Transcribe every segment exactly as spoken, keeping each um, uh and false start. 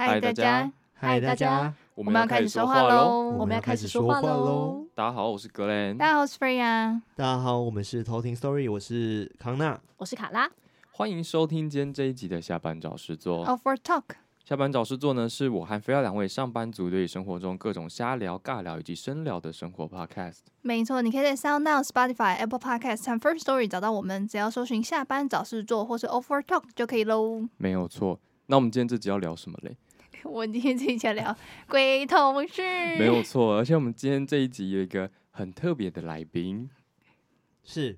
嗨大家， 嗨大家， 我们要开始说话喽！ 我们要开始说话喽！ 大家好，我是格雷。 大家好，我是 Freya。 大家好，我们是偷听 Story， 我是康纳， 我是卡拉。 欢迎收听今天这一集的下班找事做。 Off Work Talk。 下班找事做呢，是我和菲亚两位上班族对生活中各种瞎聊、尬聊以及深聊的生活 podcast。 没错，你可以在 SoundOn、Spotify、Apple Podcast 和 First Story 找到我们，只要搜寻下班找事做或是 Off Work Talk 就可以喽。 没有错。那我们今天这集要聊什么嘞？ 我今天这一集要聊鬼同事。 没有错，而且我们今天这一集有一个很特别的来宾， 是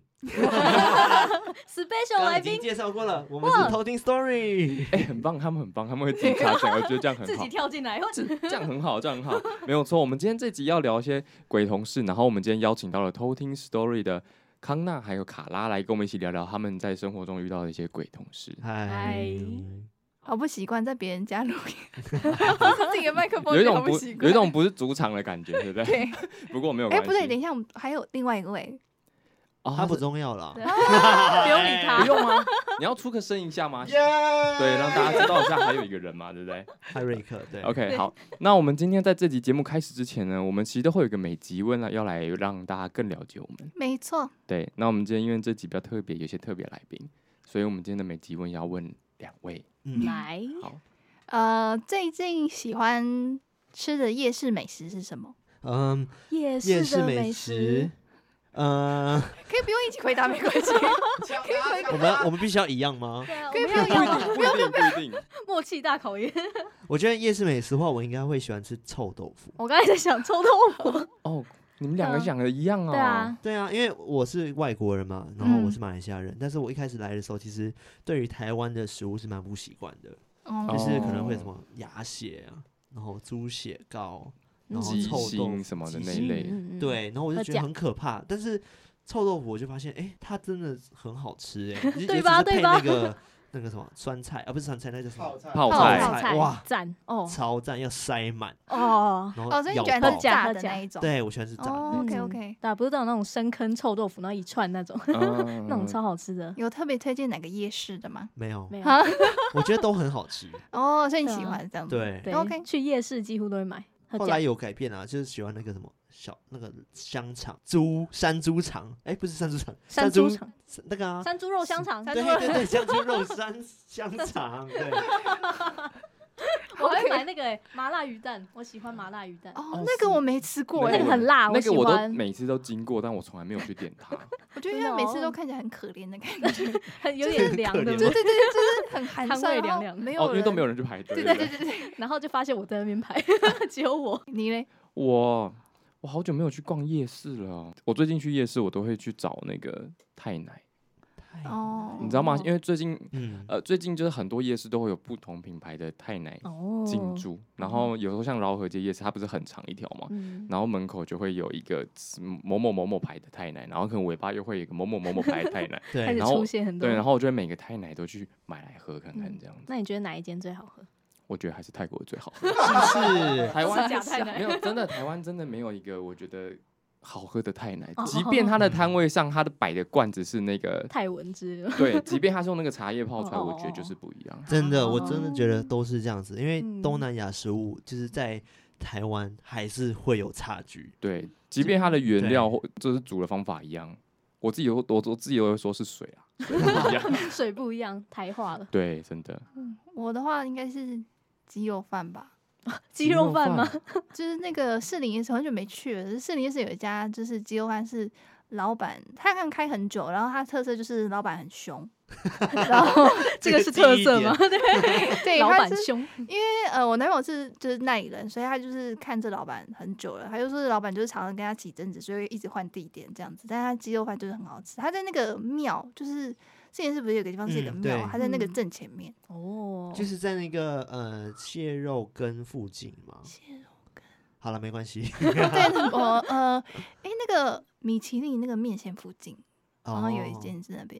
special 来宾， 已经介绍过了，我们是偷听 Story。 哎、欸，很棒，他们很棒，他们会自己插嘴，我觉得这样很好， 自己跳进来， 这这样很好，这样很好，没有错。我们今天这集要聊一些鬼同事，然后我们今天邀请到了偷听 Story 的康纳还有卡拉来跟我们一起聊聊他们在生活中遇到的一些鬼同事。 嗨， 好不习惯在别人家录音，自己的麦克风有一种不不习惯， 有一种不是主场的感觉，对不对？ 对。 不过没有关系。 哎，不对，等一下，我们还有另外一位。 哦、 他不重要了， 不用理他， 不用吗？你要出个声一下吗？ Yeah! 对，让大家知道一下还有一个人嘛，对不对？ 嗨瑞克，对。 OK， 好，那我们今天在这集节目开始之前呢，我们其实都会有一个每集问了，要来让大家更了解我们。 没错。 对，那我们今天因为这集比较特别，有些特别来宾，所以我们今天的每集问要问两位。 嗯， 来， 好， 呃，最近喜欢吃的夜市美食是什么？ 嗯， 夜夜市市的美美食食，， 呃， 可以不用一起回答，没关系。 我们我们必须要一样吗？ 对啊， 可以我们要不用不一定，不一定。 默契大考验。 我觉得夜市美食的话，我应该会喜欢吃臭豆腐。 我刚才在想臭豆腐， 哦，你们两个想的一样哦。 对啊， 对啊，因为我是外国人嘛，然后我是马来西亚人，但是我一开始来的时候，其实对于台湾的食物是蛮不习惯的， 哦就是可能会什么鸭血啊，然后猪血糕，然后臭豆鸡腐心什么的那鸡心一类。 嗯， 对，然后我就觉得很可怕。但是臭豆腐我就发现，哎、欸，它真的很好吃、欸，哎， 对吧？对吧？ 那个那个什么酸菜啊，不是酸菜，那叫什么？ 泡菜泡菜， 哇， 赞哦超赞，要塞满哦。 然后哦，所以你咬喜欢爆吃炸的那一种？ 对，我喜欢吃炸的。 哦，OK OK。 对啊，不是都有那种深坑臭豆腐，然后一串那种， 嗯那种超好吃的。 有特别推荐哪个夜市的吗？ 没有， 没有， 我觉得都很好吃。 哦，所以你喜欢这样子？ 对对 OK 去夜市几乎都会买。 后来有改变啊，就是喜欢那个什么小那个香肠、猪山猪肠，哎，不是山猪肠， 山猪肠， 那个啊， 山猪肉香肠， 对对对，山猪肉山香肠，对。 我还会买那个哎麻辣鱼蛋，我喜欢麻辣鱼蛋。 哦，那个我没吃过哎那个，很辣， 那个我都喜欢。 每次都经过，但我从来没有去点它。 我觉得因为每次都看起来很可怜的感觉， 很有点凉，对不对？ 对对对，就是很寒汤酸， 味凉凉没有哦，因为都没有人。 人去排队。 对对不对对对对， 然后就发现我在那边排，只有我。 你嘞？ 我我好久没有去逛夜市了。我最近去夜市，我都会去找那个泰奶， 哦， 你知道吗？因为最近嗯， 呃，最近就是很多夜市都会有不同品牌的泰奶哦进驻，然后有时候像饶河街夜市，它不是很长一条嘛， 嗯， 然后门口就会有一个某某某某牌的泰奶，然后可能尾巴又会有一个某某某某牌的泰奶， 对开始然后出现很多。 对，然后我就会每个泰奶都去买来喝看看这样子。 那你觉得哪一间最好喝？ 我觉得还是泰国的最好喝。 是不是？ 台湾假泰奶没有，真的台湾真的没有一个我觉得好喝的泰奶， 哦即便它的摊位上它的摆的罐子是那个泰文之类的。 对，即便它是用那个茶叶泡出来， 哦我觉得就是不一样。 真的， 哦我真的觉得都是这样子，因为嗯东南亚食物就是在台湾还是会有差距。 对，即便它的原料或就是煮的方法一样，我自己我我我自己都会说是水啊，水不一样。 水不一样，台化了。 对，真的。 我的话应该是鸡肉饭吧， 鸡肉饭吗？ 就是那个士林夜市很久没去了，士林夜市有一家就是鸡肉饭是老板，他刚开很久，然后他特色就是老板很凶，然后这个是特色吗？对， 对， 老他是板凶。 因为呃，我男朋友是就是那里人，所以他就是看这老板很久了，他就说老板就是常常跟他起争执，所以一直换地点这样子。但是他鸡肉饭就是很好吃，他在那个庙，就是之前是不是有个地方是一个嗯庙， 对他在那个正前面。 哦， 就是在那个呃蟹肉羹附近嘛。 蟹肉羹。 好了，没关系。 对，我呃，哎、那个米其林那个面线附近，然后有一哦间是那边。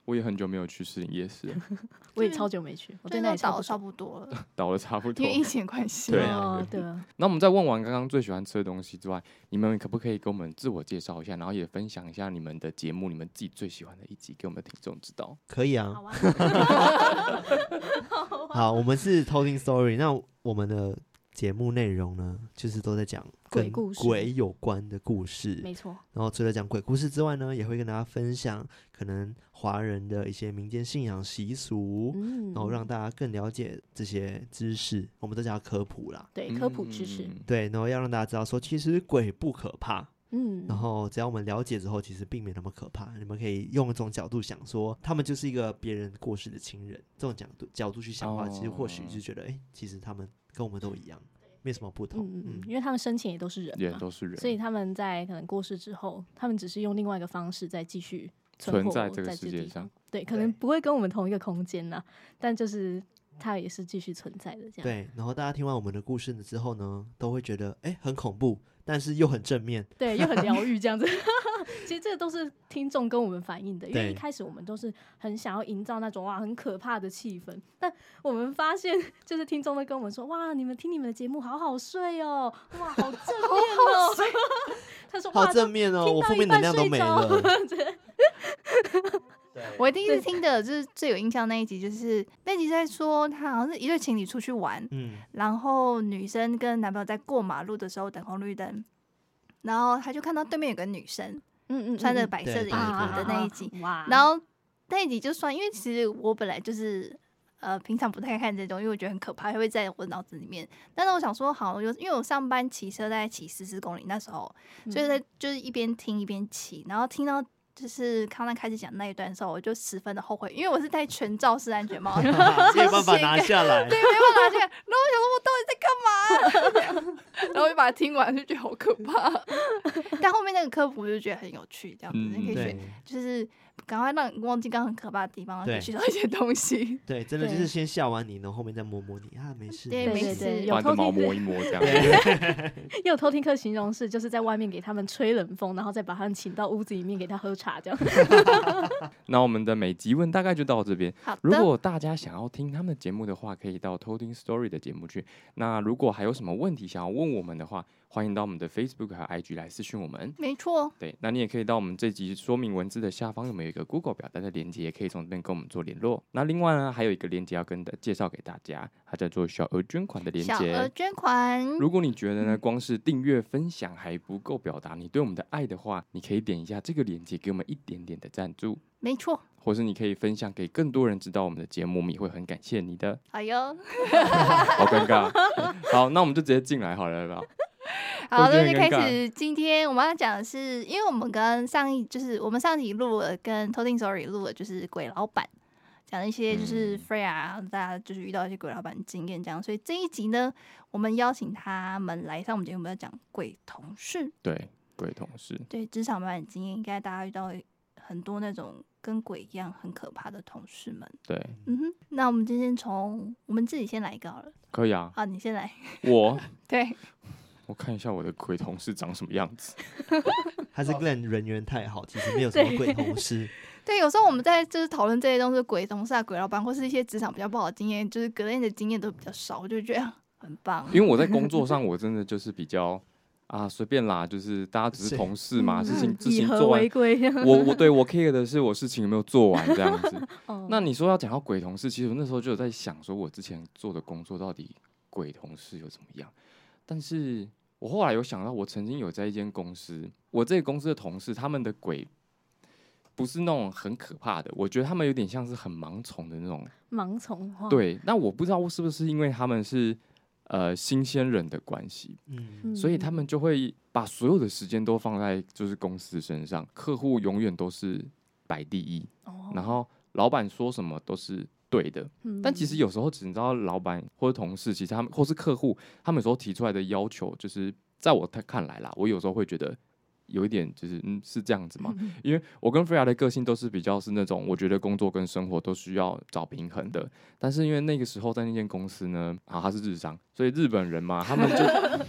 我也很久没有去士林夜市了， 我也超久没去，我对那里倒差超不熟。 不多了， 倒了差不多因为。疫情关系。 对哦对啊， 那我们在问完刚刚最喜欢吃的东西之外，你们可不可以跟我们自我介绍一下，然后也分享一下你们的节目，你们自己最喜欢的一集，给我们的听众知道？ 可以啊好。啊， 好，我们是偷听 story， 那我们的节目内容呢，就是都在讲跟鬼故事鬼有关的故事。 没错， 然后除了讲鬼故事之外呢，也会跟大家分享可能华人的一些民间信仰习俗， 嗯， 然后让大家更了解这些知识，我们都叫它科普啦。 对科普知识， 嗯对，然后要让大家知道说，其实鬼不可怕， 嗯， 然后只要我们了解之后，其实并没那么可怕。你们可以用一种角度想说，他们就是一个别人过世的亲人，这种角度角度去想的话， 哦其实或许就觉得，哎、其实他们跟我们都一样，没什么不同。 嗯嗯嗯嗯， 因为他们生前也都是人也嘛， 都是人， 所以他们在可能过世之后，他们只是用另外一个方式再继续存活在这个在世界上地方。对，可能不会跟我们同一个空间呐，但就是它也是继续存在的这样。 对。然后大家听完我们的故事之后呢，都会觉得，哎、很恐怖，但是又很正面。 对，又很疗愈这样子。其实这个都是听众跟我们反映的，因为对一开始我们都是很想要营造那种哇很可怕的气氛，但我们发现就是听众会跟我们说哇你们听你们的节目好好睡哦，哇好正面哦，他说哇好正面哦， 听到我负面能量都没了。 我第一次听的就是最有印象那一集，就是那集在说他好像是一对情侣出去玩， 嗯， 然后女生跟男朋友在过马路的时候等红绿灯，然后他就看到对面有个女生嗯嗯穿着白色的衣对服的那一集， 哇， 然后那一集就算，因为其实我本来就是呃平常不太看这种，因为我觉得很可怕，会在我脑子里面。但是我想说，好，有因为我上班骑车大概骑十四公里那时候，所以在就是一边听一边骑，然后听到。就是康纳开始讲那一段的时候，我就十分的后悔，因为我是戴全罩式安全帽， 没有办法拿下来。 对，没办法拿下来。然后我想说，我到底在干嘛？然后我就把它听完，就觉得好可怕。但后面那个科普就觉得很有趣，这样子、 嗯你可以学， 对就是赶快让你忘记刚刚很可怕的地方，可以对学到一些东西。 对，真的就对是先吓完你，然后后面再摸摸你啊，没事。 对对没事没事对对，有把你的毛偷听摸一摸这样。 也有偷听课形容是就是在外面给他们吹冷风，然后再把他们请到屋子里面给他喝茶这样。 那我们的每集问大概就到这边。 好的， 如果大家想要听他们的节目的话，可以到偷听 Story 的节目去。那如果还有什么问题想要问我们的话，欢迎到我们的 Facebook 和 I G 来私讯我们。 没错， 对，那你也可以到我们这集说明文字的下方，有没有一个 Google 表单的连接，也可以从这边跟我们做联络。那另外呢，还有一个连接要跟的介绍给大家，它叫做小额捐款的连小额接。 捐款， 如果你觉得呢，光是订阅分享还不够表达你对我们的爱的话，你可以点一下这个连接，给我们一点点的赞助。 没错。 或是你可以分享给更多人知道我们的节目，我们也会很感谢你的。 好哟， 好尴尬。好，那我们就直接进来好了，好不好？ 好， 我觉那就开得很尴尬始。今天我们要讲的是，因为我们跟上一就是我们上集录了，跟偷听 Story 录了，就是鬼老板讲一些就是嗯 Freya、大家就是遇到一些鬼老板的经验这样，所以这一集呢，我们邀请他们来上我们节目，要讲鬼同事， 对，鬼同事。 对职场版的经验，应该大家遇到很多那种跟鬼一样很可怕的同事们。 对， 嗯哼，那我们今天从我们自己先来一个好了。 可以啊。 好，你先来。 我对， 我看一下我的鬼同事长什么样子。 还是 Glenn 人缘太好，其实没有什么鬼同事。 对，有时候我们在就是讨论这些东西，鬼同事啊、鬼老板，或是一些职场比较不好的经验，就是隔天的经验都比较少，我就觉得很棒。 因为我在工作上，我真的就是比较啊随便啦，就是大家只是是同事嘛，事情事以和情做完为，贵。 我我对我 care 的是我事情有没有做完这样子。 哦那你说要讲到鬼同事，其实我那时候就有在想，说我之前做的工作到底鬼同事有怎么样？但是我后来有想到，我曾经有在一间公司，我这个公司的同事，他们的鬼不是那种很可怕的，我觉得他们有点像是很盲从的那种。 盲从化， 对，那我不知道是不是因为他们是呃新鲜人的关系， 嗯， 嗯， 所以他们就会把所有的时间都放在就是公司身上，客户永远都是摆第一， 哦， 然后老板说什么都是对的。 嗯但其实有时候只你知道，老板或者同事，其实他们或是客户，他们有时候提出来的要求，就是在我看来啦，我有时候会觉得有一点就是嗯是这样子嘛，因为我跟 Freya 的个性都是比较是那种，我觉得工作跟生活都需要找平衡的。但是因为那个时候在那间公司呢，啊他是日商，所以日本人嘛，他们就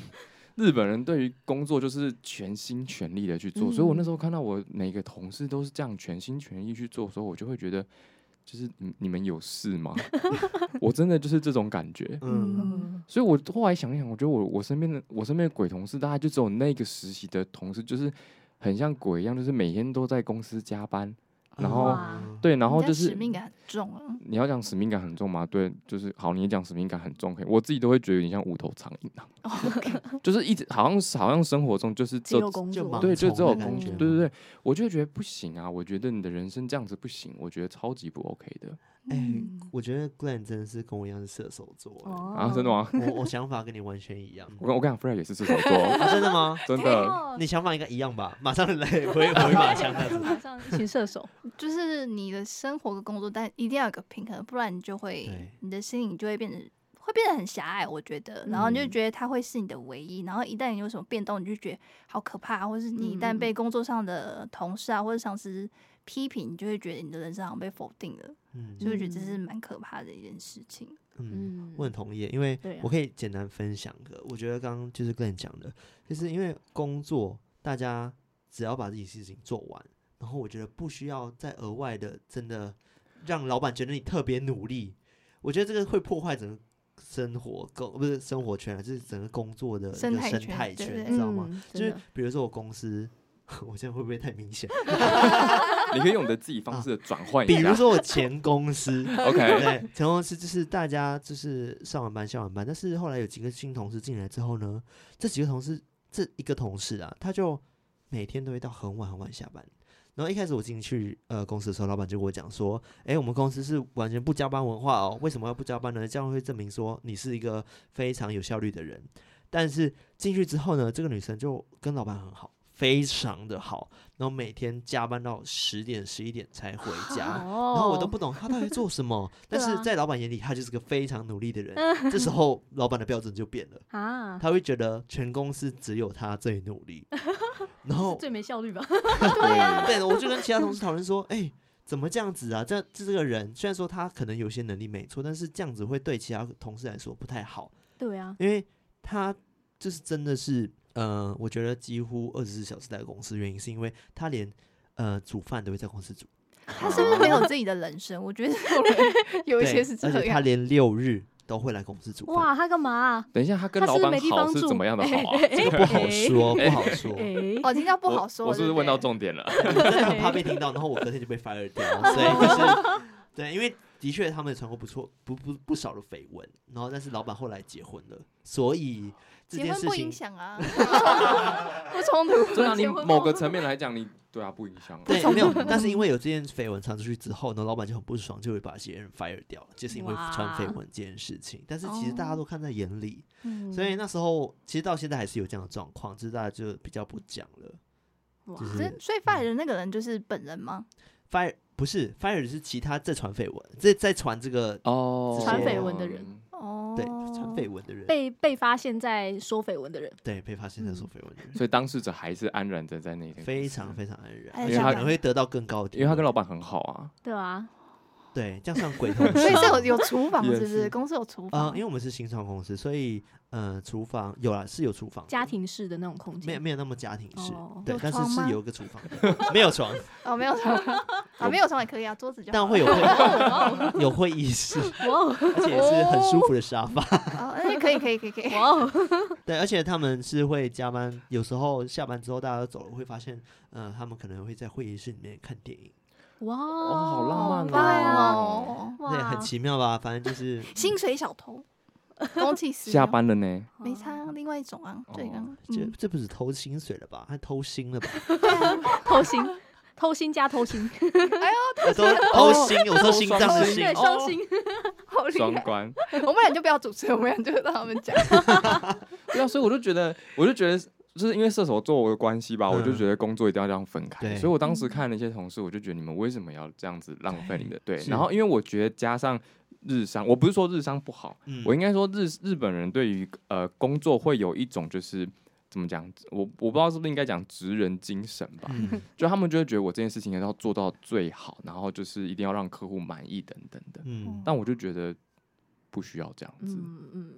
日本人对于工作就是全心全力的去做， 嗯所以我那时候看到我每个同事都是这样全心全意去做的时候，我就会觉得，就是你你们有事吗？我真的就是这种感觉。 嗯， 嗯， 所以我后来想一想，我觉得我我身边的我身边的鬼同事，大概就只有那个实习的同事，就是很像鬼一样，就是每天都在公司加班，然后哇对，然后人家就是使命感很重啊。 你要讲使命感很重吗？对，就是好，你也讲使命感很重，可以，我自己都会觉得有点像无头苍蝇啊，就是一直好像好像生活中就是只有这工作， 就忙对，就只有工作， 的感觉吗对对对，我就会觉得不行啊，我觉得你的人生这样子不行，我觉得超级不 OK 的哎、 嗯我觉得 Glenn 真的是跟我一样是射手座、欸哦啊，真的吗？ 我我想法跟你完全一样。 我跟我跟你讲 Fred 也是射手座， 啊，真的吗？ 真的， 哦你想法应该一样吧？马上来回回马枪这样子。 马上一群射手， 就是你的生活跟工作，但一定要有个平衡，不然你就会对， 你的心灵就会变得会变得很狭隘，我觉得。然后你就嗯觉得它会是你的唯一，然后一旦你有什么变动，你就觉得好可怕，或是你一旦嗯被工作上的同事啊或者上司批评，你就会觉得你的人生好像被否定了， 嗯所以我觉得这是蛮可怕的一件事情。 嗯， 嗯我很同意，因为对啊我可以简单分享个，我觉得刚刚就是跟你讲的，就是因为工作，大家只要把自己事情做完，然后我觉得不需要再额外的真的让老板觉得你特别努力，我觉得这个会破坏整个生活工不是生活圈啊，就是整个工作的一个生生态圈态圈， 对对你知道吗？ 嗯就是真的比如说我公司，我现在会不会太明显？ 你可以用你的自己方式的转换一下， 比如说我前公司 ，OK， 对，前公司就是大家就是上完班下完班，但是后来有几个新同事进来之后呢，这几个同事这一个同事啊，他就每天都会到很晚很晚下班。然后一开始我进去呃公司的时候，老板就跟我讲说，哎，我们公司是完全不加班文化哦，为什么要不加班呢？这样会证明说你是一个非常有效率的人。但是进去之后呢，这个女生就跟老板很好，非常的好，然后每天加班到十点十一点才回家。 然然后我都不懂他到底做什么，但对啊是在老板眼里，他就是个非常努力的人。这时候，老板的标准就变了， 啊， 他会觉得全公司只有他最努力。然后， 最没效率吧？ 对， 对，我就跟其他同事讨论说，哎、怎么这样子啊？这这这个人虽然说他可能有些能力没错，但是这样子会对其他同事来说不太好， 对啊， 因为他就是真的是，呃，我觉得几乎二十四小时在公司，原因是因为他连呃煮饭都会在公司煮。 他是不是没有自己的人生？我觉得有人有一些对是这而且他样。 连六日都会来公司煮饭。 哇，他干嘛啊？ 等一下，他跟他是不是老板好没地方住？ 是怎么样的好啊？ 这个不好说，不好说。 哎， 哦，听到不我好说了， 我是不是问到对重点了？ 我真的很怕被听到，然后我隔天就被 fire 掉，所以就是对，因为的确他们也传过不错不不不少的绯闻，然后但是老板后来结婚了，所以这件事结婚不影情响啊，不冲突。 对啊，你结婚不某个层面来讲，你对啊不影响啊。 对没有，但是因为有这件绯闻传出去之后呢，老板就很不爽，就会把这些人 fire 掉了，就是因为哇传绯闻这件事情。但是其实大家都看在眼里， 嗯所以那时候其实到现在还是有这样的状况，只是大家就比较不讲了。 哇就是这所以 fire 的那个人就是本人吗？ fire 不是 fire 是其他在传绯闻，在在传这个哦， 传绯闻的人哦， 对传绯闻的人， 被被发现在说绯闻的人， 对被发现在说绯闻的人， 所以当事者还是安然的在那一天， 非常非常安然， 哎而且因为他可能会得到更高的地位， 因为他跟老板很好啊。 对啊， 对这样算鬼同事所以是有有厨房也是不是？ 是公司有厨啊、 房因为我们是新创公司，所以呃厨房有啦是有厨房的， 家庭式的那种空间， 没有没有那么家庭式， 哦对， 有但是床吗是有一个厨房的，没有床， 哦，没有床啊，没有床也可以啊，桌子就好但会有会有会议室， 哇哦而且也是很舒服的沙发， 哦，哎，可以可以可以可以。 哇哦， 对，而且他们是会加班，有时候下班之后大家都走了，会发现，呃，他们可能会在会议室里面看电影， 哇哦好浪漫棒哦哦， 对，很奇妙吧？反正就是薪水小偷，公器私下用班了呢， 没差，另外一种啊，对啊， 这嗯这不是偷薪水了吧？还偷薪了吧？ 偷心，偷心加偷心， 我都偷心，我说心脏的心对，，双心， 好厉害。 双关。 我们俩就不要主持，我们俩就让他们讲。 对啊，所以我就觉得，我就觉得，就是因为射手座的关系吧， 嗯我就觉得工作一定要这样分开。 对所以我当时看那些同事，我就觉得你们为什么要这样子浪费你的对？ 是然后因为我觉得加上日商，我不是说日商不好， 嗯我应该说日日本人对于呃工作会有一种就是怎么讲，我我不知道是不是应该讲职人精神吧， 嗯就他们就会觉得我这件事情要做到最好，然后就是一定要让客户满意等等的。 嗯， 但我就觉得不需要这样子， 嗯嗯，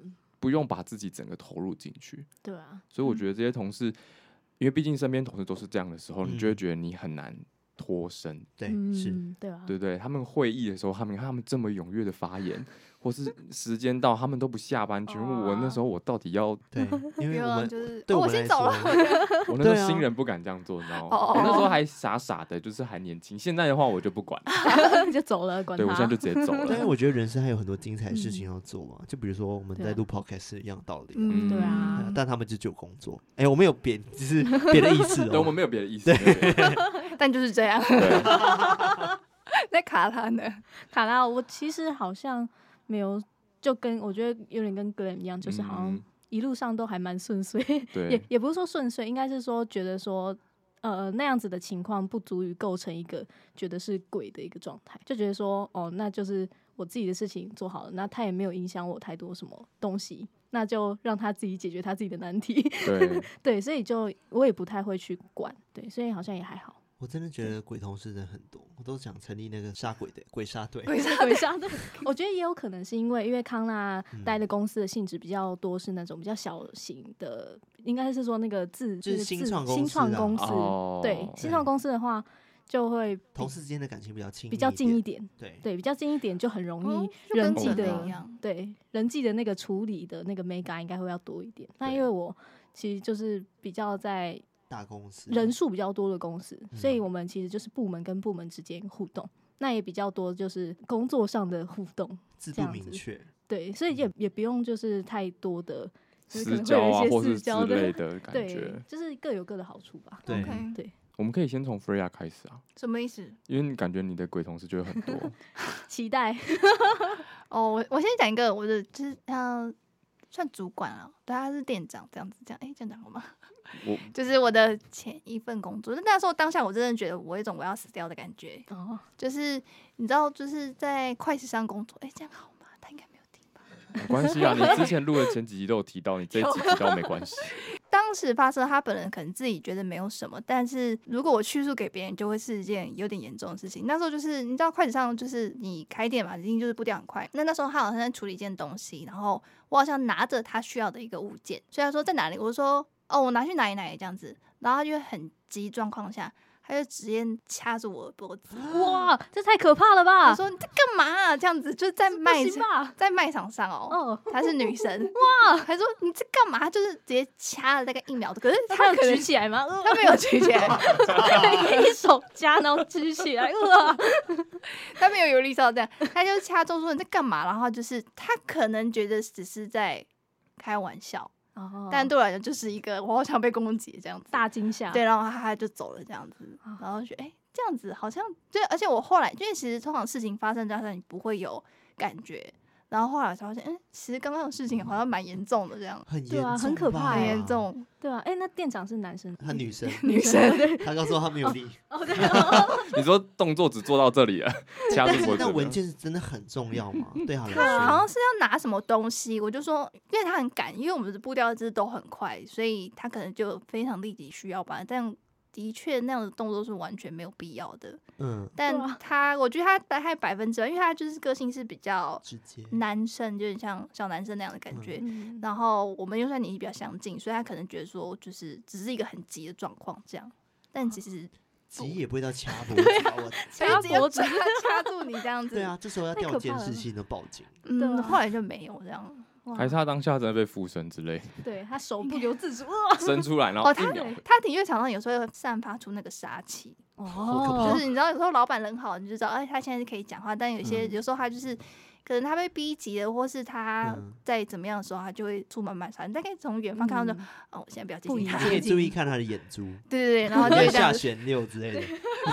不用把自己整个投入进去。 对啊， 所以我觉得这些同事，因为毕竟身边同事都是这样的时候， 嗯你就会觉得你很难脱身， 对， 嗯是， 对啊， 对不对？他们会议的时候，他们他们这么踊跃的发言，或是时间到他们都不下班，请问我那时候我到底要？ 对，因不用为我们就是对我们来哦我先走了， 说， 我那时对啊候新人不敢这样做，你知道吗？ 哦我那时候还傻傻的，就是还年轻。现在的话我就不管了， 就走了，管对我现在他。 就直接走了。 但是我觉得人生还有很多精彩的事情要做嘛，就比如说我们对啊在录 podcast 是一样的道理啊。 嗯， 对对啊啊但他们就只有工作，哎，我们有别，只是别的意思对，我们哦。 没有别的意思。没有别的意思但就是这样。 对， 那卡他呢？ 卡拉，我其实好像没有，就跟我觉得有点跟 Glenn 一样，就是好像嗯一路上都还蛮顺遂， 对也也不是说顺遂，应该是说觉得说。呃，那样子的情况不足以构成一个觉得是鬼的一个状态，就觉得说，哦，那就是我自己的事情做好了，那他也没有影响我太多什么东西，那就让他自己解决他自己的难题。 对， 对，所以就我也不太会去管，对，所以好像也还好。 我真的觉得鬼同事真的很多，我都想成立那个杀鬼的鬼杀队。 鬼杀鬼杀队，我觉得也有可能是因为，因为康纳嗯待的公司的性质比较多，是那种比较小型的，应该是说那个自就是那个自新创公新司啦创公司， 哦对，新创公司的话就会比同事之间的感情比较亲密， 比较近一点。 点， 对， 对，比较近一点就很容易哦就跟我人际的、 们一样对人际的那个处理的那个美感应该会要多一点。那因为我其实就是比较在大公司人数比较多的公司，所以嗯我们其实就是部门跟部门之间互动，那也比较多就是工作上的互动， 制度这样子明确。 对，所以也也不用就是太多的，就是可私能会交啊， 有一些或是之私交的， 类的感对觉。， 就是各有各的好处吧。 对 OK， 对， 我们可以先从 Freya 开始啊， 什么意思？ 因为你感觉你的鬼同事就会很多。 期待。 哦，我我先讲一个，我的就是呃，算主管啊，对，他是店长这样子，这样，哎、这样讲好吗？ 我就是我的前一份工作，那时候当下我真的觉得我有一种我要死掉的感觉， 哦， 就是你知道，就是在快时尚工作，哎、这样好吗？他应该没有听吧？ 没关系啊，你之前录的前几集都有提到，你这一集提到没关系。 当时发生，他本人可能自己觉得没有什么，但是如果我叙述给别人，就会是一件有点严重的事情。那时候就是你知道，快时尚就是你开店嘛，一定就是步调很快。那那时候他好像在处理一件东西，然后我好像拿着他需要的一个物件，所以他说在哪里，我就说哦，我拿去哪里哪里这样子，然后他就很急状况下，他就直接掐住我的脖子， 哇，这太可怕了吧！ 他说你在干嘛、啊？这样子就是在不卖行吧？ 在卖场上哦。 哦， 她是女生哇，他说你在干嘛？就是直接掐了大概一秒，可是他有他可能举起来吗？呃他没有举起来， 一手夹，然后举起来，哇！ 他没有有力到这样，他就掐中说你在干嘛？然后就是他可能觉得只是在开玩笑， 哦但对我来讲就是一个我好想被攻击这样子。 大惊吓， 对，然后他就走了这样子，然后就哎、诶这样子好像对，而且我后来因为其实通常事情发生加上你不会有感觉，然后后来我才发现，嗯，其实刚刚的事情好像蛮严重的这样， 很严对啊重吧很可怕很严。重。 对啊，哎，那店长是男生， 她女生， 女生她告诉我她没有力。 哦，对哦， 你说动作只做到这里了，掐但是住脖子了。 那文件是真的很重要吗？对她来他好说， 像是要拿什么东西，我就说，因为他很赶，因为我们的步调就是都很快，所以他可能就非常立即需要吧。但的确那样的动作是完全没有必要的。 嗯， 但对啊他，我觉得他大概百分之百，因为他就是个性是比较直接。 男生，就很像小男生那样的感觉。 嗯然后我们又算年纪比较相近，所以他可能觉得说，就是只是一个很急的状况这样。但其实急也不会到掐脖子吧，我他就直接掐脖子掐掐住你这样子。 对啊，这时候要太调可怕了监视器的报警。 嗯， 对啊后来就没有这样。 哇还是他当下真的被附身之类， 对他手不由自主，哇伸出来，然后哦，他一秒。 他的确常常有时候会散发出那个杀气， 可哦怕就是你知道有时候老板人好，你就知道，哎，他现在是可以讲话，但有些、 嗯有时候他就是可能他被逼急了，或是他嗯在怎么样的时候，他就会出慢慢杀。你大概从远方看到就， 嗯哦，我现在不要接不宜近他， 你可以注意看她的眼珠， 对对对，然后就会这样子， 下旋六之类的。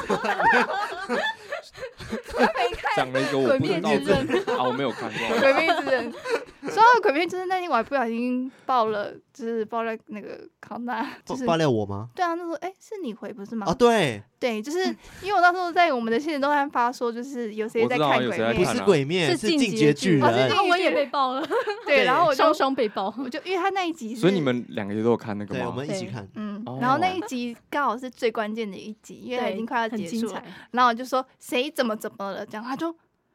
讲了一个我不知道鬼灭之刃的啊，我没有看过。 鬼灭之刃。说到鬼灭之刃那天，我还不小心爆了，就是爆了那个康纳，就是爆料我吗？ 对啊，那时候哎、是你回不是吗？ 哦，对， 对，就是因为我那时候在我们的现实动态发说，就是有谁在我知道啊看鬼灭， 不有谁在看啊是鬼灭， 是是进进阶巨阶巨人。 哦是进啊我也被爆了， 对， 对然后我就双双被爆。 我就因为他那一集是， 所以你们两个也都有看那个对，我吗？ 对们一起看。 嗯哦， 然后那一集刚好是最关键的一集，因为它已经快要很结束了。 精彩， 然后我就说谁怎么怎么了，这样他就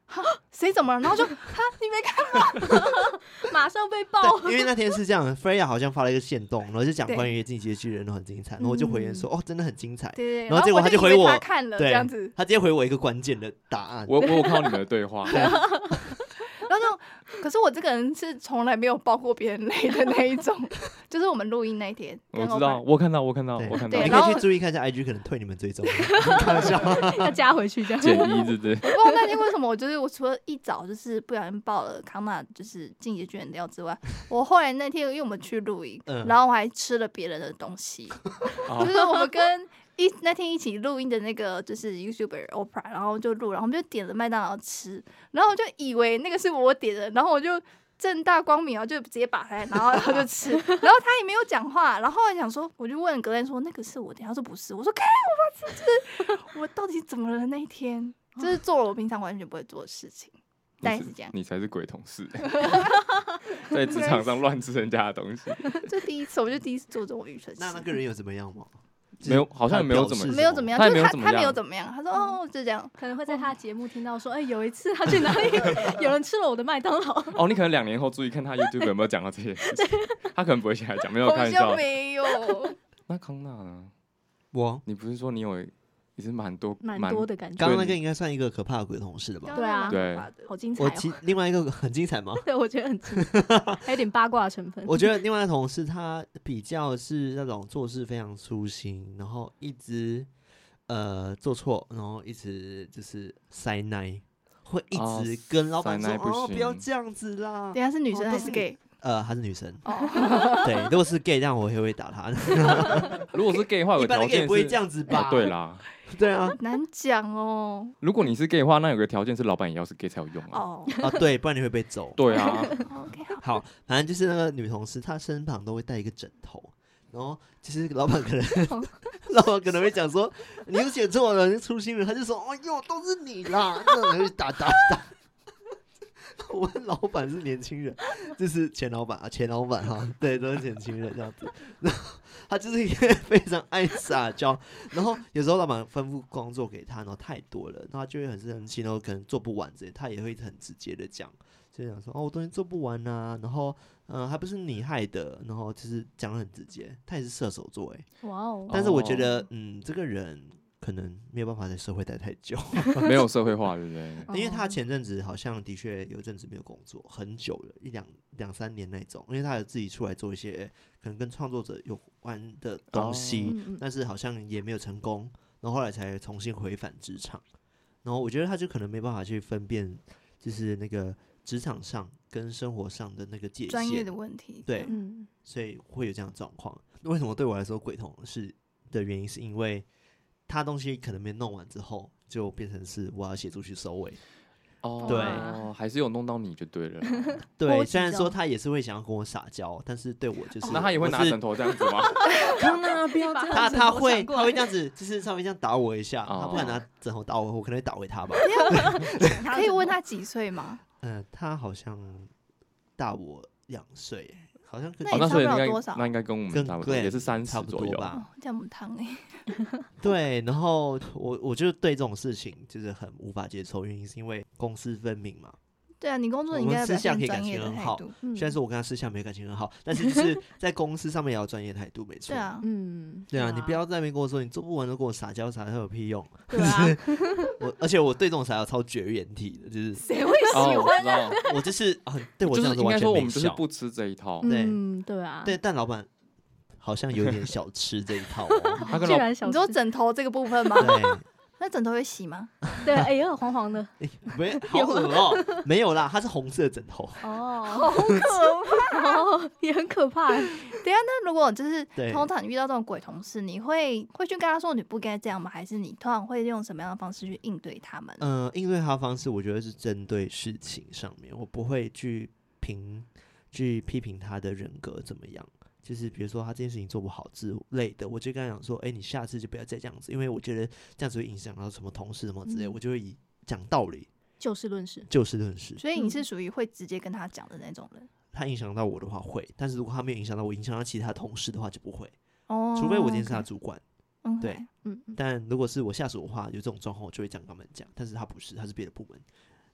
哈，谁怎么了？然后就哈，你没看马上被爆。 对，因为那天是这样 ，Freya 好像发了一个限动，然后就讲关于进击的巨人都很精彩，然后我就回言说，哦，真的很精彩。 对对， 然后结果他就回我他看了这对样子， 他直接回我一个关键的答案。 我我有看到你们的对话， 然后就，可是我这个人是从来没有爆过别人雷的那一种，就是我们录音那一天， 我知道，我看到，我看到， 对我看到， 你对然后可以去注意看一下 I G， 可能退你们追踪。开玩笑， 要加回去这样。 减一，对不对？ 不知道那天为什么，我就是我除了一早就是不小心爆了康纳就是进击巨人料之外，我后来那天因为我们去露营， 嗯然后我还吃了别人的东西， 哦就是我们跟一那天一起录音的那个就是 YouTuber Oprah， 然后就录，然后我们就点了麦当劳吃，然后我就以为那个是我点的，然后我就正大光明啊，就直接把它，然后然后就吃，然后他也没有讲话，然后后来想说，我就问格兰说那个是我点，他说不是，我说看我把吃，就是我到底怎么了那一天，就是做了我平常完全不会做的事情，大概是这样。 你才是鬼同事，在职场上乱吃人家的东西， 这第一次，我就第一次做这种愚蠢事。 那那个人有怎么样吗？ 没有，好像也没有怎么他的表示没有怎么样， 他也就是他他没有没有怎么样怎么样，他说哦就这样， 可能会在他的节目听到说，哎、有一次他去哪里，有人吃了我的麦当劳。 哦，你可能两年后注意看他 YouTube 有没有讲到这些事情，他可能不会现在讲，没有好开玩笑像。没有。 那康纳呢？ 我你不是说你有也是蛮多蛮多的感觉。 刚刚那个应该算一个可怕的鬼同事了吧？ 对啊对好精彩哦！ 我其另外一个很精彩吗？ 对，我觉得很精彩，还有点八卦的成分。 我觉得另外一个同事他比较是那种做事非常粗心，然后一直呃做错，然后一直就是塞奶，会一哦直跟老板说塞奶不哦不要行这样子啦等。一下是女生哦还是 gay？ 呃，她是女生， 哦， 对，如果是 gay，这样我也会打她。 如果是 gay 的话，有个一般的条 gay 件是不会这样子吧？ 哦对啦， 对啊， 难讲哦。 如果你是 gay 的话，那有个条件是老板也要是 gay 才有用啊。 哦啊对，不然你会被揍。 对啊， ，OK，好。 好，反正就是那个女同事，她身旁都会带一个枕头，然后其实老板可能老板可能会讲说，你又写错了，你粗心了，他就说，哎呦，都是你啦，那人就打打打。我问老板是年轻人，就是前老板啊，前老板哈，对，都是年轻人这样子。然后他就是一个非常爱撒娇，然后有时候老板吩咐工作给他，然后太多了，然后他就会很生气，然后可能做不完之类，他也会很直接的讲，就讲说哦，我东西做不完啊，然后嗯、呃，还不是你害的，然后就是讲得很直接，他也是射手座哎， 哇哦， 但是我觉得嗯，这个人可能没有办法在社会待太久。 没有社会化，对不对？ 因为他前阵子好像的确有一阵子没有工作，很久了，一两两三年那种。因为他有自己出来做一些可能跟创作者有关的东西， 嗯嗯但是好像也没有成功，然后后来才重新回返职场。然后我觉得他就可能没办法去分辨，就是那个职场上跟生活上的那个界限专业的，问题。 对嗯， 所以会有这样的状况。为什么对我来说鬼同事的原因，是因为他东西可能没弄完之后，就变成是我要协助去收尾。 哦， 对还是有弄到你就对了啦。 对， 波及虽然到说他也是会想要跟我撒娇，但是对我就是， 那他也会拿我是枕头这样子吗？ 康纳不要把这样，他枕头他会他抢过来会这样子，就是稍微这样打我一下， 哦他不敢拿枕头打我，我可能会打回他吧。 可以问他几岁吗？ 嗯、他好像大我两岁，好像跟哦， 那你差那所以应该不了多少那应该跟我们跟差不多， Glenn 也是三差不十左右。 多吧。 哦，这样母汤哎。 对，然后我我就对这种事情就是很无法接受，原因是因为公私分明嘛。 对啊，你工作我应该要表们私下可以现专业感情很好的态度。 嗯虽然说我跟他私下没有感情很好，但是就是在公司上面也要有专业态度，没错。 对啊， 嗯， 对啊，你不要在那边跟我说你做不完就跟我撒娇撒娇有屁用。 对啊， 我而且我对这种撒娇超绝缘体的，就是谁会哦， 喜欢我知道， 我就是啊，对我就是应该这样子完全没说我们就是效。 不吃这一套。 对嗯，对啊， 对，但老板好像有点小吃这一套哦。 他跟老居然小你说吃枕头这个部分吗？ 对， 那枕头会洗吗？ 对，哎呦，黄黄的， 没好恶哦，没有啦，它是红色的枕头。 哦， 好可怕！ 哦，也很可怕。 等一下，那如果就是对通常你遇到这种鬼同事，你会会去跟他说你不该这样吗？还是你通常会用什么样的方式去应对他们？ 嗯、应对他的方式，我觉得是针对事情上面，我不会去评去批评他的人格怎么样。就是比如说他这件事情做不好之类的，我就跟他讲说，哎、你下次就不要再这样子，因为我觉得这样子会影响到什么同事什么之类， 嗯我就会以讲道理， 就事论事， 就事论事。 所以你是属于会直接跟他讲的那种人他影响到我的话会，但是如果他没有影响到我，影响到其他同事的话就不会， 哦。 除非我今天是他主管。 嗯对， 嗯，嗯但如果是我下属的话，有这种状况，我就会这样跟他们讲。但是他不是，他是别的部门。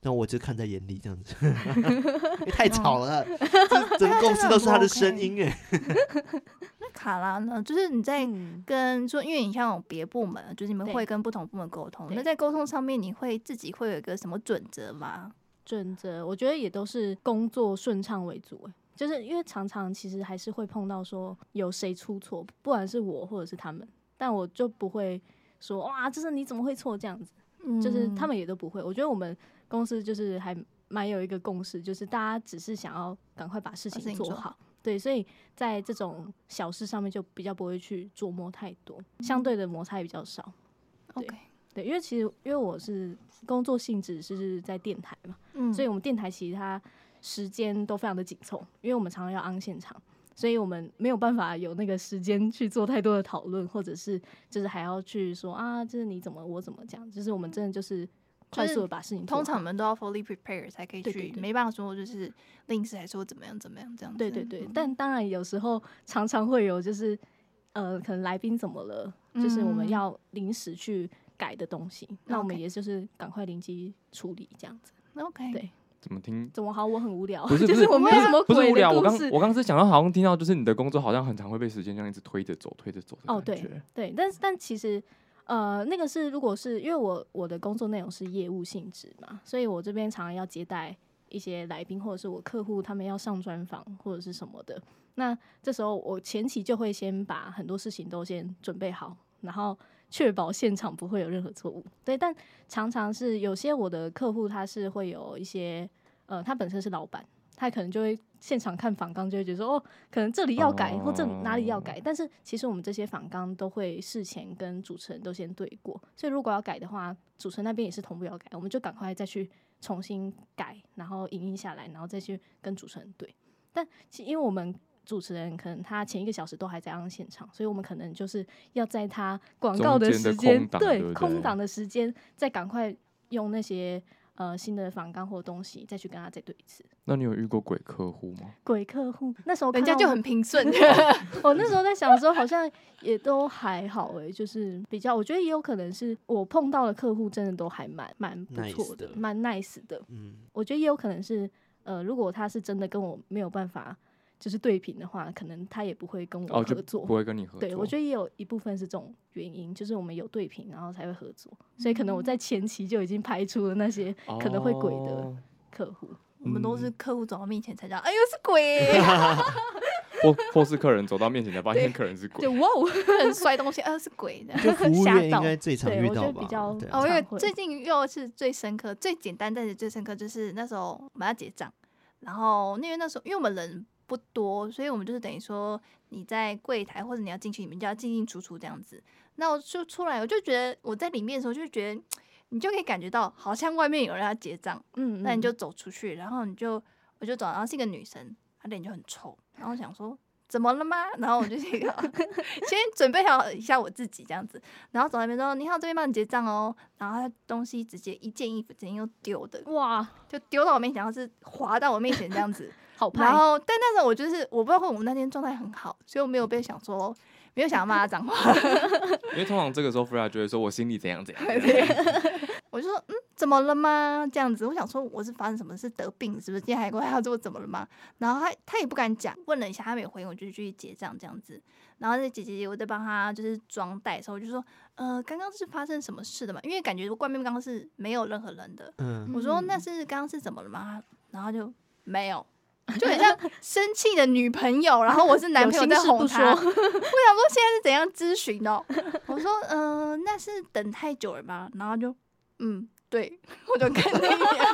但我就看在眼里这样子，因为太吵了，这整个公司都是他的声音哎。 那卡拉呢？就是你在嗯跟说，因为你像有别部门，就是你们对会跟不同部门沟通。 对那在沟通上面，你会自己会有一个什么准则吗？ 准则，我觉得也都是工作顺畅为主、欸，就是因为常常其实还是会碰到说有谁出错，不管是我或者是他们，但我就不会说哇，就是你怎么会错这样子， 嗯就是他们也都不会。我觉得我们公司就是还蛮有一个共识，就是大家只是想要赶快把事把事情做情做好。对，所以在这种小事上面就比较不会去琢磨太多，相对的摩擦也比较少。对 OK， 对，因为其实因为我是工作性质是在电台嘛， 嗯， 所以我们电台其实它时间都非常的紧凑，因为我们常常要on现场，所以我们没有办法有那个时间去做太多的讨论，或者是就是还要去说啊，就是你怎么我怎么这样，就是我们真的就是快速的把事情做好。 通常我们都要 fully prepare 才可以去， 对对对没办法说就是临时还说怎么样怎么样这样子。 对对对， 嗯但当然有时候常常会有就是呃，可能来宾怎么了，就是我们嗯要临时去改的东西，那我们 OK 也就是赶快临机处理这样子。 OK， 对怎么听？ 怎么好？我很无聊， 不是就是我没有什么鬼不是无聊，我刚的故事。 我刚是想到好像听到，就是你的工作好像很常会被时间这样一直推着走，推着走的哦， 感觉。 对对，但是但其实呃，那个是如果是因为我我的工作内容是业务性质嘛，所以我这边常常要接待一些来宾，或者是我客户他们要上专访或者是什么的。那这时候我前期就会先把很多事情都先准备好，然后确保现场不会有任何错误。对，但常常是有些我的客户他是会有一些呃，他本身是老板，他可能就会现场看访纲就会觉得说哦，可能这里要改、 哦或这里哪里要改，但是其实我们这些访纲都会事前跟主持人都先对过，所以如果要改的话，主持人那边也是同步要改，我们就赶快再去重新改，然后影印下来，然后再去跟主持人对。但其因为我们主持人可能他前一个小时都还在on现场，所以我们可能就是要在他广告中间的时间， 空档对不对空档的时间，再赶快用那些呃新的访纲或东西，再去跟他再对一次。 那你有遇过鬼客户吗？ 鬼客户那时候人家就看到我很平顺。 我那时候在想的时候，好像也都还好诶、就是比较，我觉得也有可能是我碰到的客户真的都还蛮蛮不 Nice 错的， 的蛮 nice 的。 嗯， 我觉得也有可能是，呃，如果他是真的跟我没有办法就是对平的话，可能他也不会跟我哦，就合作。 不会跟你合作。 对，我觉得也有一部分是这种原因，就是我们有对平，然后才会合作。所以可能我在前期就已经排除了那些可能会鬼的哦客户。 我们都是客户走到面前才知道，哎呦是鬼， 或或是客人走到面前才发现客人是鬼就。哇哦， 客人摔东西，哎呦是鬼的。 就服务吓到员应该最常对我觉遇到吧？ 得比较对啊哦，因为常会最近又是最深刻、最简单，但是最深刻就是那时候我们要结账，然后因为那时候因为我们人不多，所以我们就是等于说你在柜台或者你要进去里面就要进进出出这样子。那我就出来，我就觉得我在里面的时候就觉得你就可以感觉到好像外面有人要结账， 嗯，嗯那你就走出去，然后你就我就走，然后是一个女生，她脸就很臭，然后我想说怎么了吗？然后我就这个先准备好一下我自己这样子，然后走那边说你好，这边帮你结账哦，然后他东西直接一件衣服直接又丢的， 哇， 就丢到我面前，然后是滑到我面前这样子。 好派然。后但那时候我就是我不知道为什么我那天状态很好，所以我没有被想说没有想要骂他脏话， 因为通常这个时候 Freya 就会说我心里怎样怎样。 我就说嗯怎么了吗？这样子，我想说我是发生什么事得病是不是？今天还过来他说我怎么了吗？然后他他也不敢讲，问了一下他没有回应，我就继续结账这样子。然后那姐姐我在帮他就是装袋的时候，我就说呃刚刚是发生什么事的嘛？因为感觉外面刚刚是没有任何人的。 嗯， 我说那是刚刚是怎么了吗？然后就没有。就很像生气的女朋友，然后我是男朋友在哄她。我想说现在是怎样咨询哦？我说嗯、呃，那是等太久了吧？然后就嗯，对，我就跟那样。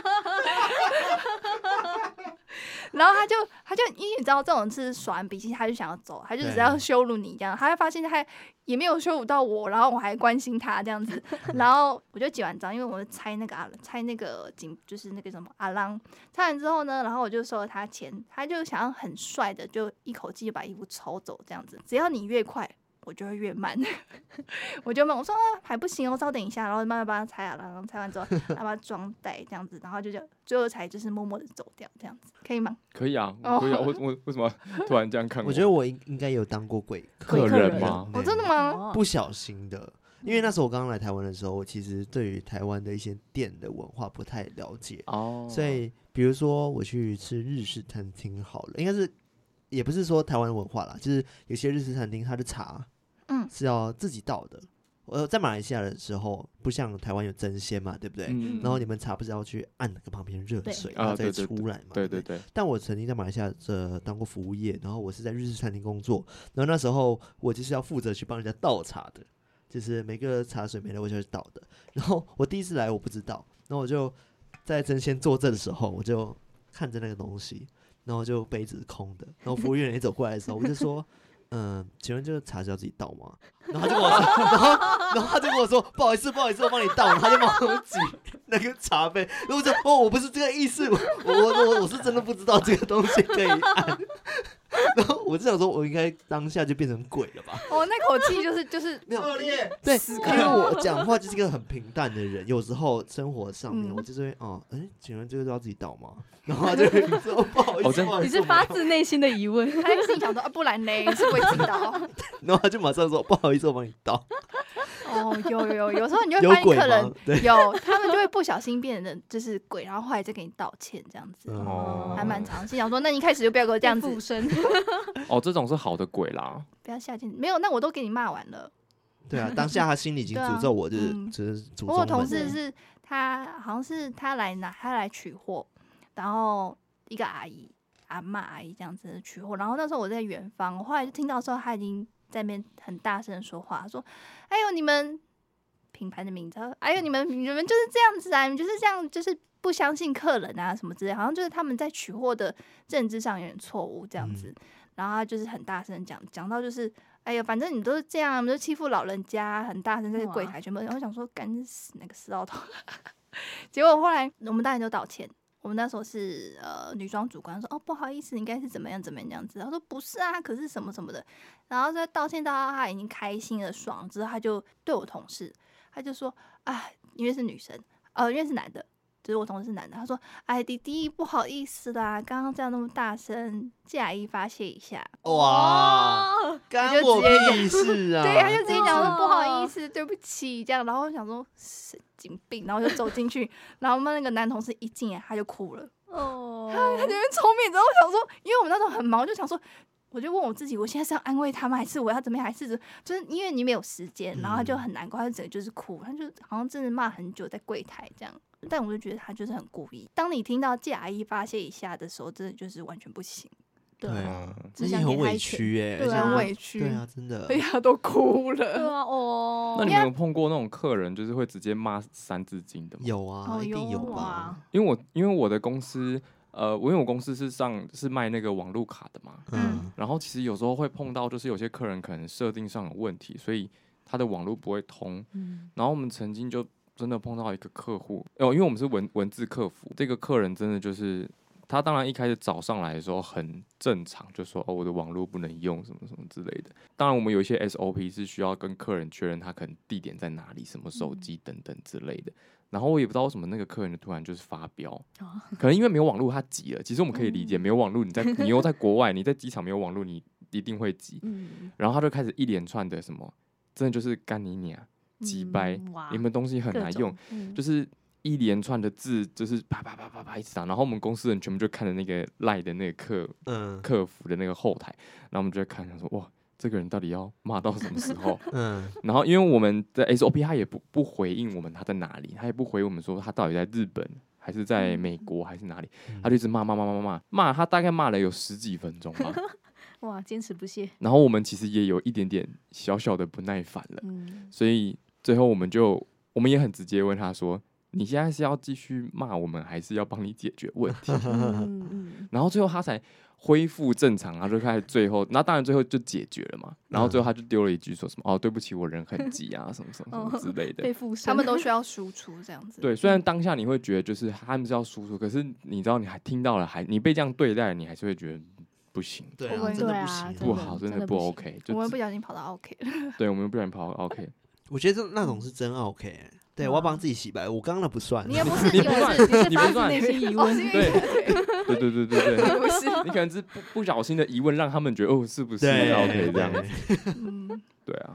然后他就他就因为你知道这种是耍完脾气，他就想要走，他就只是要羞辱你这样。他会发现他也没有羞辱到我，然后我还关心他这样子。然后我就结完账，因为我是拆那个阿拆那个警，就是那个什么阿郎。拆完之后呢，然后我就收了他钱，他就想要很帅的，就一口气就把衣服抽走这样子。只要你越快，我就会越慢。我就问我说、啊、还不行哦，稍等一下，然后慢慢帮他拆啊，然后拆完之后，然后把它装袋这样子，然后就就最后才就是默默的走掉这样子，可以吗？ 可以啊， 哦可以啊。我我为什么突然这样看我觉得我应应该有当过鬼客客人人吗？ 哦，真的吗？ 哦不小心的， 因为那时候我刚刚来台湾的时候，我其实对于台湾的一些店的文化不太了解， 哦， 所以比如说我去吃日式餐厅好了，应该是也不是说台湾文化啦，就是有些日式餐厅它的茶， 嗯， 是要自己倒的。呃，在马来西亚的时候，不像台湾有蒸鲜嘛，对不对？ 嗯然后你们茶不是要去按那个旁边热水， 啊然后再对对出来嘛？ 对对不对。 对对， 但我曾经在马来西亚这当过服务业，然后我是在日式餐厅工作，然后那时候我就是要负责去帮人家倒茶的，就是每个茶水没了我就去倒的。然后我第一次来我不知道，然后我就在争先坐正的时候，我就看着那个东西，然后就杯子是空的，然后服务员一走过来的时候，我就说。嗯，请问这个茶是要自己倒吗？然后他就跟我说，然后然后他就跟我说，不好意思，不好意思，我帮你倒。然后他就帮我挤那个茶杯。然后我就哦，我不是这个意思，我我我我是真的不知道这个东西可以按。然后我就想说，我应该当下就变成鬼了吧？ 哦，那口气就是就是没有恶劣， 对， 死因为我讲话就是一个很平淡的人，有时候生活上面嗯我就是会哦，哎，请问这个都要自己倒吗？然后他就会说不好意思， 哦真不好意思你是发自内心的疑问。 他心里想说啊，不然嘞，是不会知道。 然后他就马上说不好意思，我帮你倒。 哦，有有有，有时候你就会有鬼发现客人吗？对， 有，他们就会不小心变成就是鬼，然后后来再给你道歉这样子， 哦还蛮常。心想说，那你一开始就不要给我这样子附，身。 哦，这种是好的鬼啦。 不要下贱。没有，那我都给你骂完了。 对啊，当下他心里已经诅咒我，就是嗯就是诅咒我有同们事是他好像是他来拿他来取货，然后一个阿姨阿嬷阿姨这样子取货，然后那时候我在远方，我后来就听到说他已经在那边很大声说话，说：“哎呦你们品牌的名字，哎呦你们你们就是这样子啊，你们就是这样，就是不相信客人啊什么之类，好像就是他们在取货的认知上有点错误这样子。 嗯然后他就是很大声讲，讲到就是，哎呀，反正你都是这样，你们就欺负老人家，很大声在柜台全部，然后想说，干死那个死老头。结果后来我们当然就道歉，我们那时候是呃女装主管说，哦不好意思，你应该是怎么样怎么样这样子。他说不是啊，可是什么什么的。然后在道歉到他已经开心了爽之后，他就对我同事，他就说，哎，因为是女生，呃，因为是男的。就是我同事是男的，他说：“哎，弟弟，不好意思啦，刚刚这样那么大声，借阿姨发泄一下。” 哇，干我屁事啊！ 对，他就直接讲说哦不好意思，对不起，这样。然后我想说神经病，然后就走进去，然后我们那个男同事一进来他就哭了， 哦， 他在那边抽面，然后我想说，因为我们那时候很忙，就想说。我就问我自己，我现在是要安慰他吗？还是我要怎么样？还是就是因为你没有时间，然后他就很难过，他就整个就是哭，他就好像真的骂很久在柜台这样。但我就觉得他就是很故意。当你听到借阿姨发泄一下的时候，真的就是完全不行。 对啊， 只而且很委想给他一屈哎， 对啊， 而且很委屈。 对啊，真的哎。呀，都哭对了。 啊，哦， 那你们有碰过那种客人，就是会直接骂三字经的吗？ 有啊， 哦一定有有吧啊？ 因为我因为我的公司，呃，我因为我公司是上是卖那个网路卡的嘛， 嗯然后其实有时候会碰到，就是有些客人可能设定上有问题，所以他的网络不会通。 嗯， 然后我们曾经就真的碰到一个客户，哦，因为我们是文文字客服，这个客人真的就是他，当然一开始找上来的时候很正常，就说哦我的网络不能用什么什么之类的。当然我们有一些 S O P 是需要跟客人确认他可能地点在哪里，什么手机等等之类的。然后我也不知道为什么那个客人就突然就是发飙， 哦可能因为没有网络他急了。其实我们可以理解，没有网络你在你又在国外，你在机场没有网络，你一定会急。 嗯， 然后他就开始一连串的什么，真的就是干你娘，鸡掰， 嗯哇你们东西很难用，， 嗯就是一连串的字，就是啪啪啪啪啪一直打。然后我们公司人全部就看着那个赖的那个客嗯客服的那个后台，然后我们就在看，想说哇，这个人到底要骂到什么时候？ 嗯然后因为我们的 S O P 他也不不回应我们他在哪里，他也不回我们说他到底在日本还是在美国还是哪里， 嗯他就一直骂骂骂骂骂骂骂，他大概骂了有十几分钟吧。 哇，坚持不懈， 然后我们其实也有一点点小小的不耐烦了， 嗯， 所以最后我们就我们也很直接问他说：“你现在是要继续骂我们，还是要帮你解决问题？” 嗯嗯然后最后他才恢复正常，然后就开始最后，那当然最后就解决了嘛。然后最后他就丢了一句说什么：“哦，对不起，我人很急啊，什么什么什么之类的。 被附身， 他们都需要输出这样子。 对，虽然当下你会觉得就是他们是要输出，可是你知道你还听到了，还你被这样对待，你还是会觉得不行， 对啊， 我们真的对啊不行， 不好，真的不真的不行 OK。就我们不小心跑到 OK 了。 对，我们不小心跑到 OK。 我觉得这那种是真 OK 欸。对，我要帮自己洗白，我刚刚那不算。 你也不是， 你不算也是， 你是发自你不算内心疑哦， 问是，因为对对， 对对对对对， 不是。 你可能是不不小心的疑问，让他们觉得哦，是不是对 OK 这样子？ 嗯， 对啊， 哇，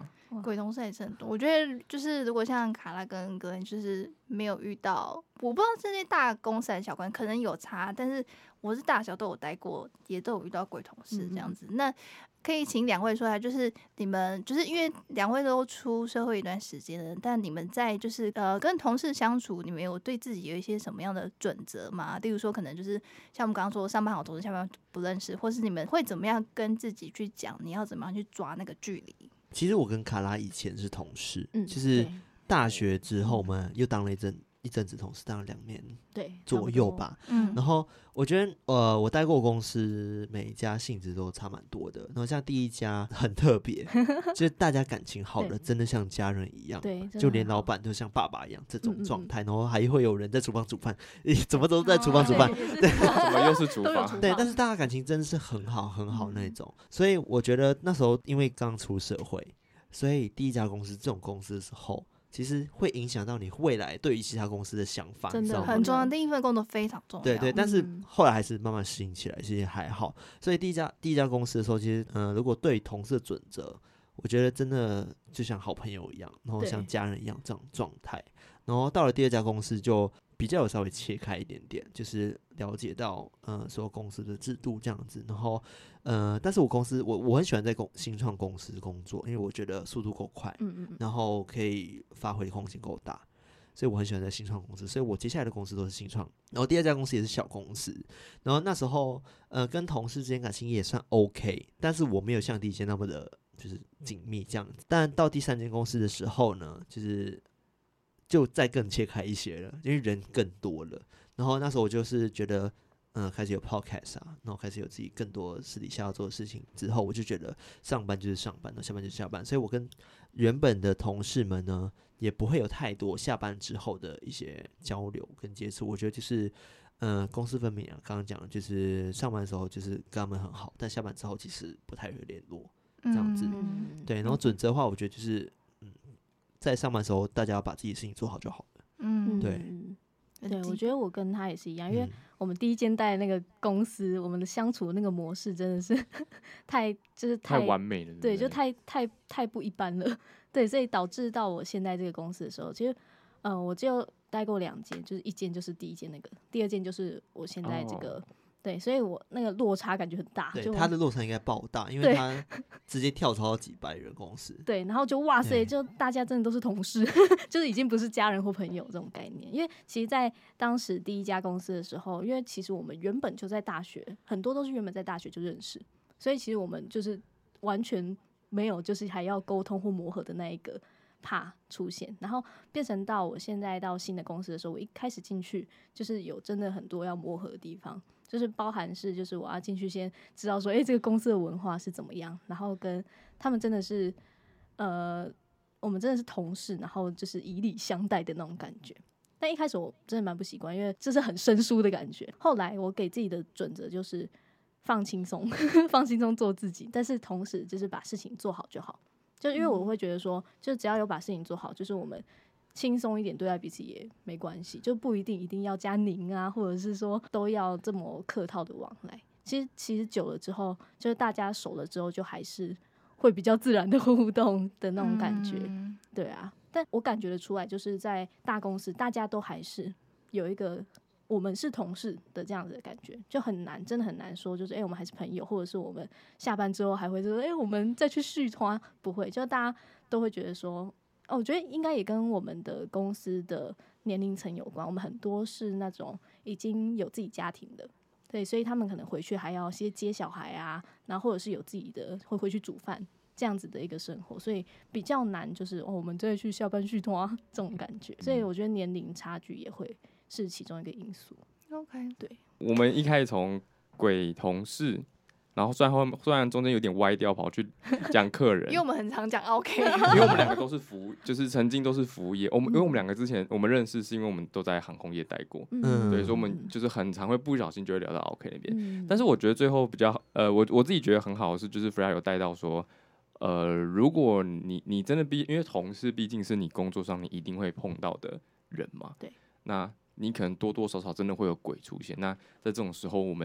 鬼同事也是很多。我觉得就是如果像卡拉跟格恩，就是没有遇到，我不知道这些大公司还是小公司，可能有差，但是我是大小都有待过，也都有遇到鬼同事这样子。嗯、那可以请两位说一下，就是你们就是因为两位都出社会一段时间了，但你们在就是呃跟同事相处，你们有对自己有一些什么样的准则吗？例如说，可能就是像我们刚刚说，上班好同事，下班不认识，或是你们会怎么样跟自己去讲，你要怎么样去抓那个距离？ 其实我跟卡拉以前是同事， 嗯， 就是大学之后嘛，又当了一阵一阵子同事，当了两年对左右吧。 嗯， 然后我觉得呃，我待过公司，每一家性质都差蛮多的。然后像第一家很特别，就是大家感情好的真的像家人一样， 对， 就连老板都像爸爸一样这种状态。嗯嗯嗯，然后还会有人在厨房煮饭，怎么都在厨房煮饭， 哦、 对， 怎么又是厨房？ 对，但是大家感情真的是很好很好那种。嗯、所以我觉得那时候因为刚出社会。所以第一家公司这种公司的时候，其实会影响到你未来对于其他公司的想法， 真的很重要。第一份工作非常重要， 对对。但是后来还是慢慢适应起来，其实还好。所以第一家第一家公司的时候，其实嗯、呃，如果对同事的准则，我觉得真的就像好朋友一样，然后像家人一样这种状态。然后到了第二家公司就比较有稍微切开一点点，就是了解到呃所有公司的制度这样子。然后呃，但是我公司我我很喜欢在公新创公司工作，因为我觉得速度够快， 嗯嗯， 然后可以发挥的空间够大，所以我很喜欢在新创公司。所以我接下来的公司都是新创，然后第二家公司也是小公司。然后那时候呃跟同事之间感情也算 OK， 但是我没有像第一间那么的就是紧密这样子。但到第三间公司的时候呢，就是就再更切开一些了，因为人更多了。然后那时候我就是觉得，嗯、呃，开始有 podcast 啊，然后开始有自己更多私底下要做的事情之后，我就觉得上班就是上班，下班就是下班。所以我跟原本的同事们呢，也不会有太多下班之后的一些交流跟接触。我觉得就是，呃，公私分明啊。刚刚讲的就是上班的时候就是跟他们很好，但下班之后其实不太会联络这样子。 嗯、 对，然后准则的话，我觉得就是，嗯，在上班的时候大家要把自己的事情做好就好了。 嗯， 对。 对，我觉得我跟他也是一样，因为我们第一间带的那个公司，我们的相处的那个模式真的是太就是太, 太完美了， 对，就太太太不一般了，对，所以导致到我现在这个公司的时候，其实呃，我就待过两间，就是一间就是第一间那个，第二间就是我现在这个。哦，对，所以我那个落差感觉很大。 对，他的落差应该爆大，因为他直接跳槽到几百人公司。 对，然后就哇塞，就大家真的都是同事，就是已经不是家人或朋友这种概念。因为其实，在当时第一家公司的时候，因为其实我们原本就在大学，很多都是原本在大学就认识，所以其实我们就是完全没有就是还要沟通或磨合的那一个怕出现，然后变成到我现在到新的公司的时候，我一开始进去就是有真的很多要磨合的地方。就是包含是，就是我要进去先知道说，哎、欸，这个公司的文化是怎么样，然后跟他们真的是，呃，我们真的是同事，然后就是以礼相待的那种感觉。但一开始我真的蛮不习惯，因为这是很生疏的感觉。后来我给自己的准则就是放轻松，放轻松做自己，但是同时就是把事情做好就好。就因为我会觉得说，就只要有把事情做好，就是我们轻松一点对待彼此也没关系，就不一定一定要加您啊，或者是说都要这么客套的往来。其实其实久了之后，就是大家熟了之后，就还是会比较自然的互动的那种感觉。嗯、对啊，但我感觉得出来，就是在大公司，大家都还是有一个我们是同事的这样子的感觉，就很难，真的很难说，就是哎、欸，我们还是朋友，或者是我们下班之后还会说，哎、欸，我们再去续团，不会，就大家都会觉得说。哦，我觉得应该也跟我们的公司的年龄层有关。我们很多是那种已经有自己家庭的，对，所以他们可能回去还要先接小孩啊，然后或者是有自己的会回去煮饭这样子的一个生活，所以比较难，就是哦，我们再去下班续团啊这种感觉。所以我觉得年龄差距也会是其中一个因素。 OK， 对， 我们一开始从鬼同事。然后虽然后虽然中间有点歪掉，跑去讲客人， 因为我们很常讲 OK， 因为我们两个都是服务，就是曾经都是服务业。我们因为我们两个之前我们认识是因为我们都在航空业待过，嗯，对，所以我们就是很常会不小心就会聊到 OK 那边。嗯、但是我觉得最后比较呃，我我自己觉得很好的是，就是 Freya 有带到说，呃，如果你你真的毕，因为同事毕竟是你工作上你一定会碰到的人嘛， 对， 那你可能多多少少真的会有鬼出现。那在这种时候，我们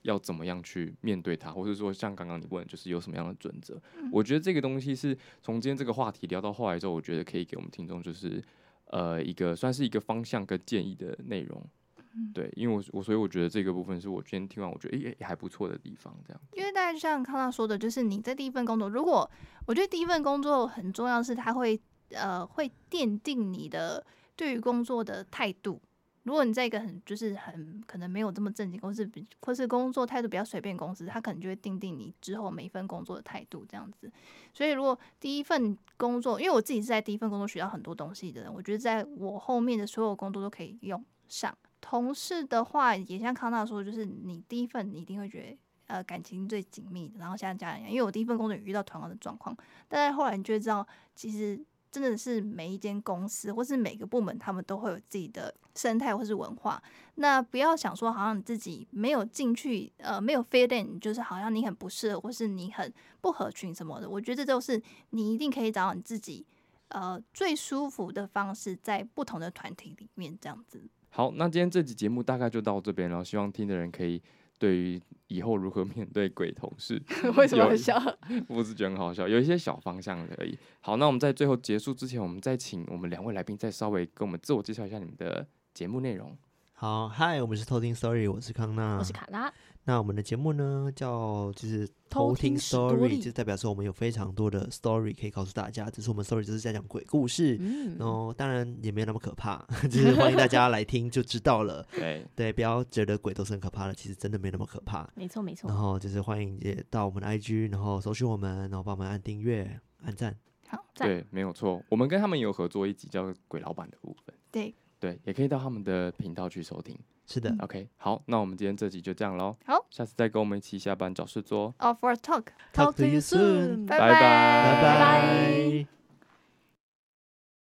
要怎么样去面对它，或者说像刚刚你问的，就是有什么样的准则。 嗯我觉得这个东西是从今天这个话题聊到后来之后，我觉得可以给我们听众就是呃一个算是一个方向跟建议的内容。 嗯对，因为我我所以我觉得这个部分是我今天听完我觉得诶、欸、还不错的地方，这样。 因为大概就像康纳说的，就是你在第一份工作，如果我觉得第一份工作很重要，是它会呃会奠定你的对于工作的态度。如果你在一个很就是很可能没有这么正经公司，或是工作态度比较随便公司，它可能就会定定你之后每一份工作的态度这样子。所以如果第一份工作，因为我自己是在第一份工作学到很多东西的人，我觉得在我后面的所有工作都可以用上。同事的话，也像康纳说，就是你第一份你一定会觉得呃感情最紧密的，然后像家人一样。因为我第一份工作也遇到同样的状况，但是后来你就会知道，其实真的是每一间公司或是每个部门，他们都会有自己的生态或是文化。那不要想说好像你自己没有进去，呃，没有 fit in，就是好像你很不适合，或是你很不合群什么的。我觉得这都是你一定可以找到你自己呃最舒服的方式，在不同的团体里面这样子。 好，那今天这集节目大概就到这边了，希望听的人可以对于以后如何面对鬼同事， 为什么会笑？ 我是觉得很好笑，有一些小方向而已。好，那我们在最后结束之前，我们再请我们两位来宾再稍微跟我们自我介绍一下你们的节目内容。 好，嗨，我们是偷听 Story， 我是康纳， 我是卡拉。 那我们的节目呢，叫就是偷听偷听 story Story，就代表说我们有非常多的 Story 可以告诉大家，只是我们 Story 就是在讲鬼故事， 嗯， 然后当然也没有那么可怕，就是欢迎大家来听就知道了。 对对，不要觉得鬼都是很可怕的，其实真的没那么可怕。 没错没错然。后就是欢迎也到我们的 I G， 然后搜寻我们，然后帮我们按订阅、按赞。 好， 赞对，没有错。我们跟他们有合作一集叫《鬼老板》的部分， 对， 对，也可以到他们的频道去收听。 是的， 嗯 OK， 好，那我们今天这集就这样喽。 好， 下次再跟我们一起下班找事做。 Off Work Talk， Talk to you soon， 拜拜拜拜拜拜。